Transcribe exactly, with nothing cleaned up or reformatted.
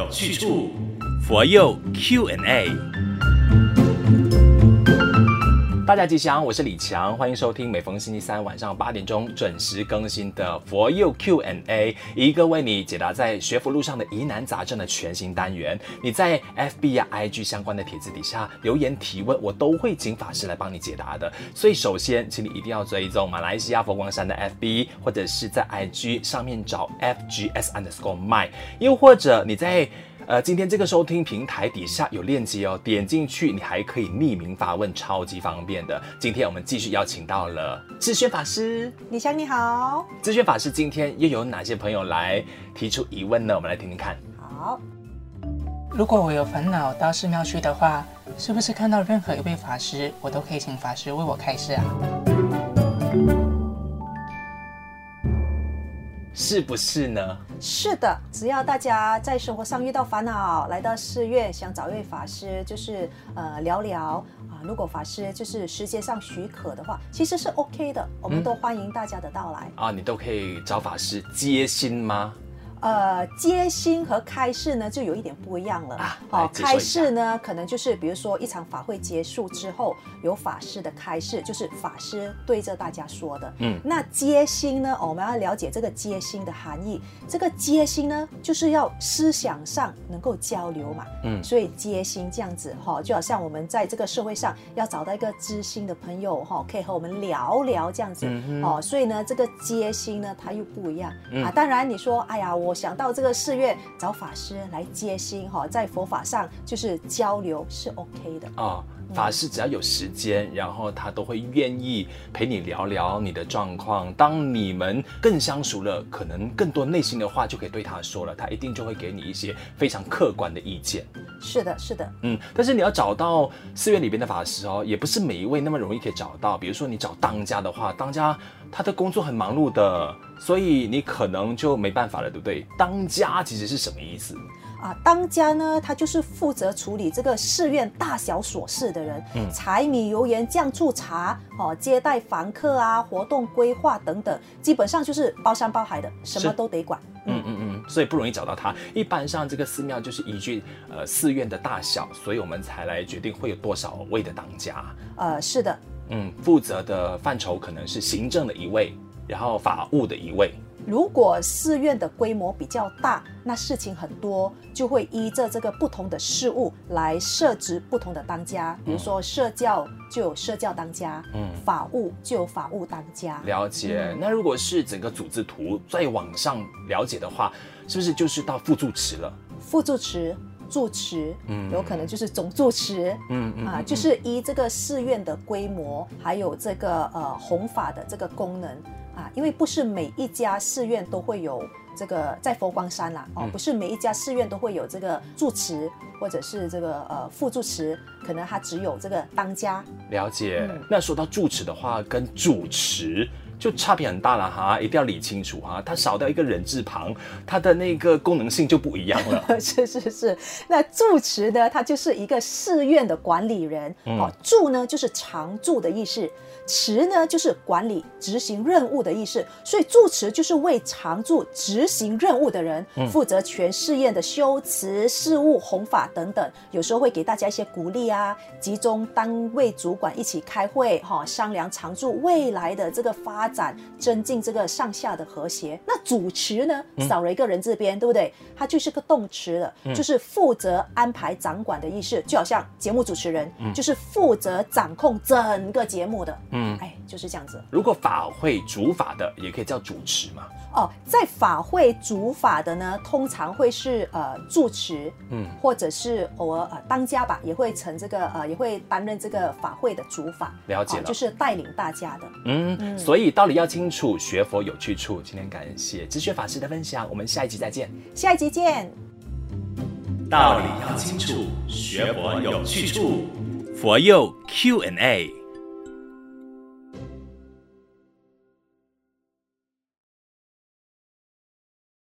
有去处，佛佑 Q and A。大家吉祥，我是李强，欢迎收听每逢星期三晚上八点钟准时更新的佛佑 Q and A， 一个为你解答在学佛路上的疑难杂症的全新单元。你在 F B 啊 I G 相关的帖子底下留言提问，我都会请法师来帮你解答的。所以首先，请你一定要追踪马来西亚佛光山的 F B， 或者是在 I G 上面找 F G S underscore my， 又或者你在呃，今天这个收听平台底下有链接哦，点进去你还可以匿名发问，超级方便的。今天我们继续邀请到了智轩法师。 李强你好。 智轩法师今天又有哪些朋友来提出疑问呢？我们来听听看。 好， 如果我有烦恼到寺庙去的话，是不是看到任何一位法师，我都可以请法师为我开示啊？ 是不是呢？ 是的，只要大家在生活上遇到烦恼，来到寺院想找一位法师，就是呃聊聊啊。如果法师就是时间上许可的话，其实是 OK 的，我们都欢迎大家的到来、 嗯、啊。你都可以找法师接心吗？ 呃，接心和开示呢就有一点不一样了啊。哦，开示呢，可能就是比如说一场法会结束之后，有法师的开示，就是法师对着大家说的。嗯，那接心呢、哦，我们要了解这个接心的含义。这个接心呢，就是要思想上能够交流嘛。嗯，所以接心这样子哈、哦，就好像我们在这个社会上要找到一个知心的朋友哈、哦，可以和我们聊聊这样子。嗯、哦，所以呢，这个接心呢，它又不一样、嗯、啊。当然你说，哎呀，我想到这个寺院找法师来接心哈，在佛法上就是交流是 OK 的哦。法师只要有时间，然后他都会愿意陪你聊聊你的状况。当你们更相熟了，可能更多内心的话就可以对他说了，他一定就会给你一些非常客观的意见。 是的，是的， 嗯。但是你要找到寺院里边的法师哦，也不是每一位那么容易可以找到。比如说你找当家的话，当家他的工作很忙碌的，所以你可能就没办法了，对不对？当家其实是什么意思？ 啊，当家呢，他就是负责处理这个寺院大小琐事的人，嗯，柴米油盐酱醋茶，哦，接待房客啊，活动规划等等，基本上就是包山包海的，什么都得管。 嗯嗯嗯，所以不容易找到他。一般上这个寺庙就是依据呃寺院的大小，所以我们才来决定会有多少位的当家。 呃，是的。 嗯，负责的范畴可能是行政的一位，然后法务的一位。 如果寺院的规模比较大，那事情很多，就会依着这个不同的事务来设置不同的当家。比如说社教就有社教当家，嗯，法务就有法务当家。 了解、嗯。那如果是整个组织图再往上了解的话，是不是就是到副住持了？ 副住持、住持，嗯，有可能就是总住持，嗯嗯啊，就是依这个寺院的规模，还有这个呃弘法的这个功能。啊，因为不是每一家寺院都会有这个，在佛光山啦，哦，嗯、不是每一家寺院都会有这个住持或者是这个呃副住持，可能他只有这个当家。 了解。嗯、那说到住持的话，跟主持就差别很大了哈，一定要理清楚哈，它少掉一个人字旁，它的那个功能性就不一样了。 是是是，那住持呢，它就是一个寺院的管理人，嗯、哦，住呢就是常住的意思。持呢就是管理执行任务的意思，所以住持就是为常住执行任务的人，嗯、负责全寺院的修持事务弘法等等，有时候会给大家一些鼓励啊，集中单位主管一起开会、哦、商量常住未来的这个发展，增进这个上下的和谐。那主持呢、嗯、少了一个人字边，对不对？他就是个动词了、嗯、就是负责安排掌管的意思，就好像节目主持人、嗯、就是负责掌控整个节目的，嗯，哎，就是这样子。 如果法会主法的也可以叫主持嘛？ 哦，在法会主法的呢，通常会是呃住持，嗯，或者是偶尔呃当家吧，也会成这个呃也会担任这个法会的主法。 了解了、哦， 就是带领大家的。 嗯，嗯所以道理要清楚，学佛有去处。今天感谢知学法师的分享，我们下一集再见。 下一集见。 道理要清楚，学佛有去处。佛佑 Q and A。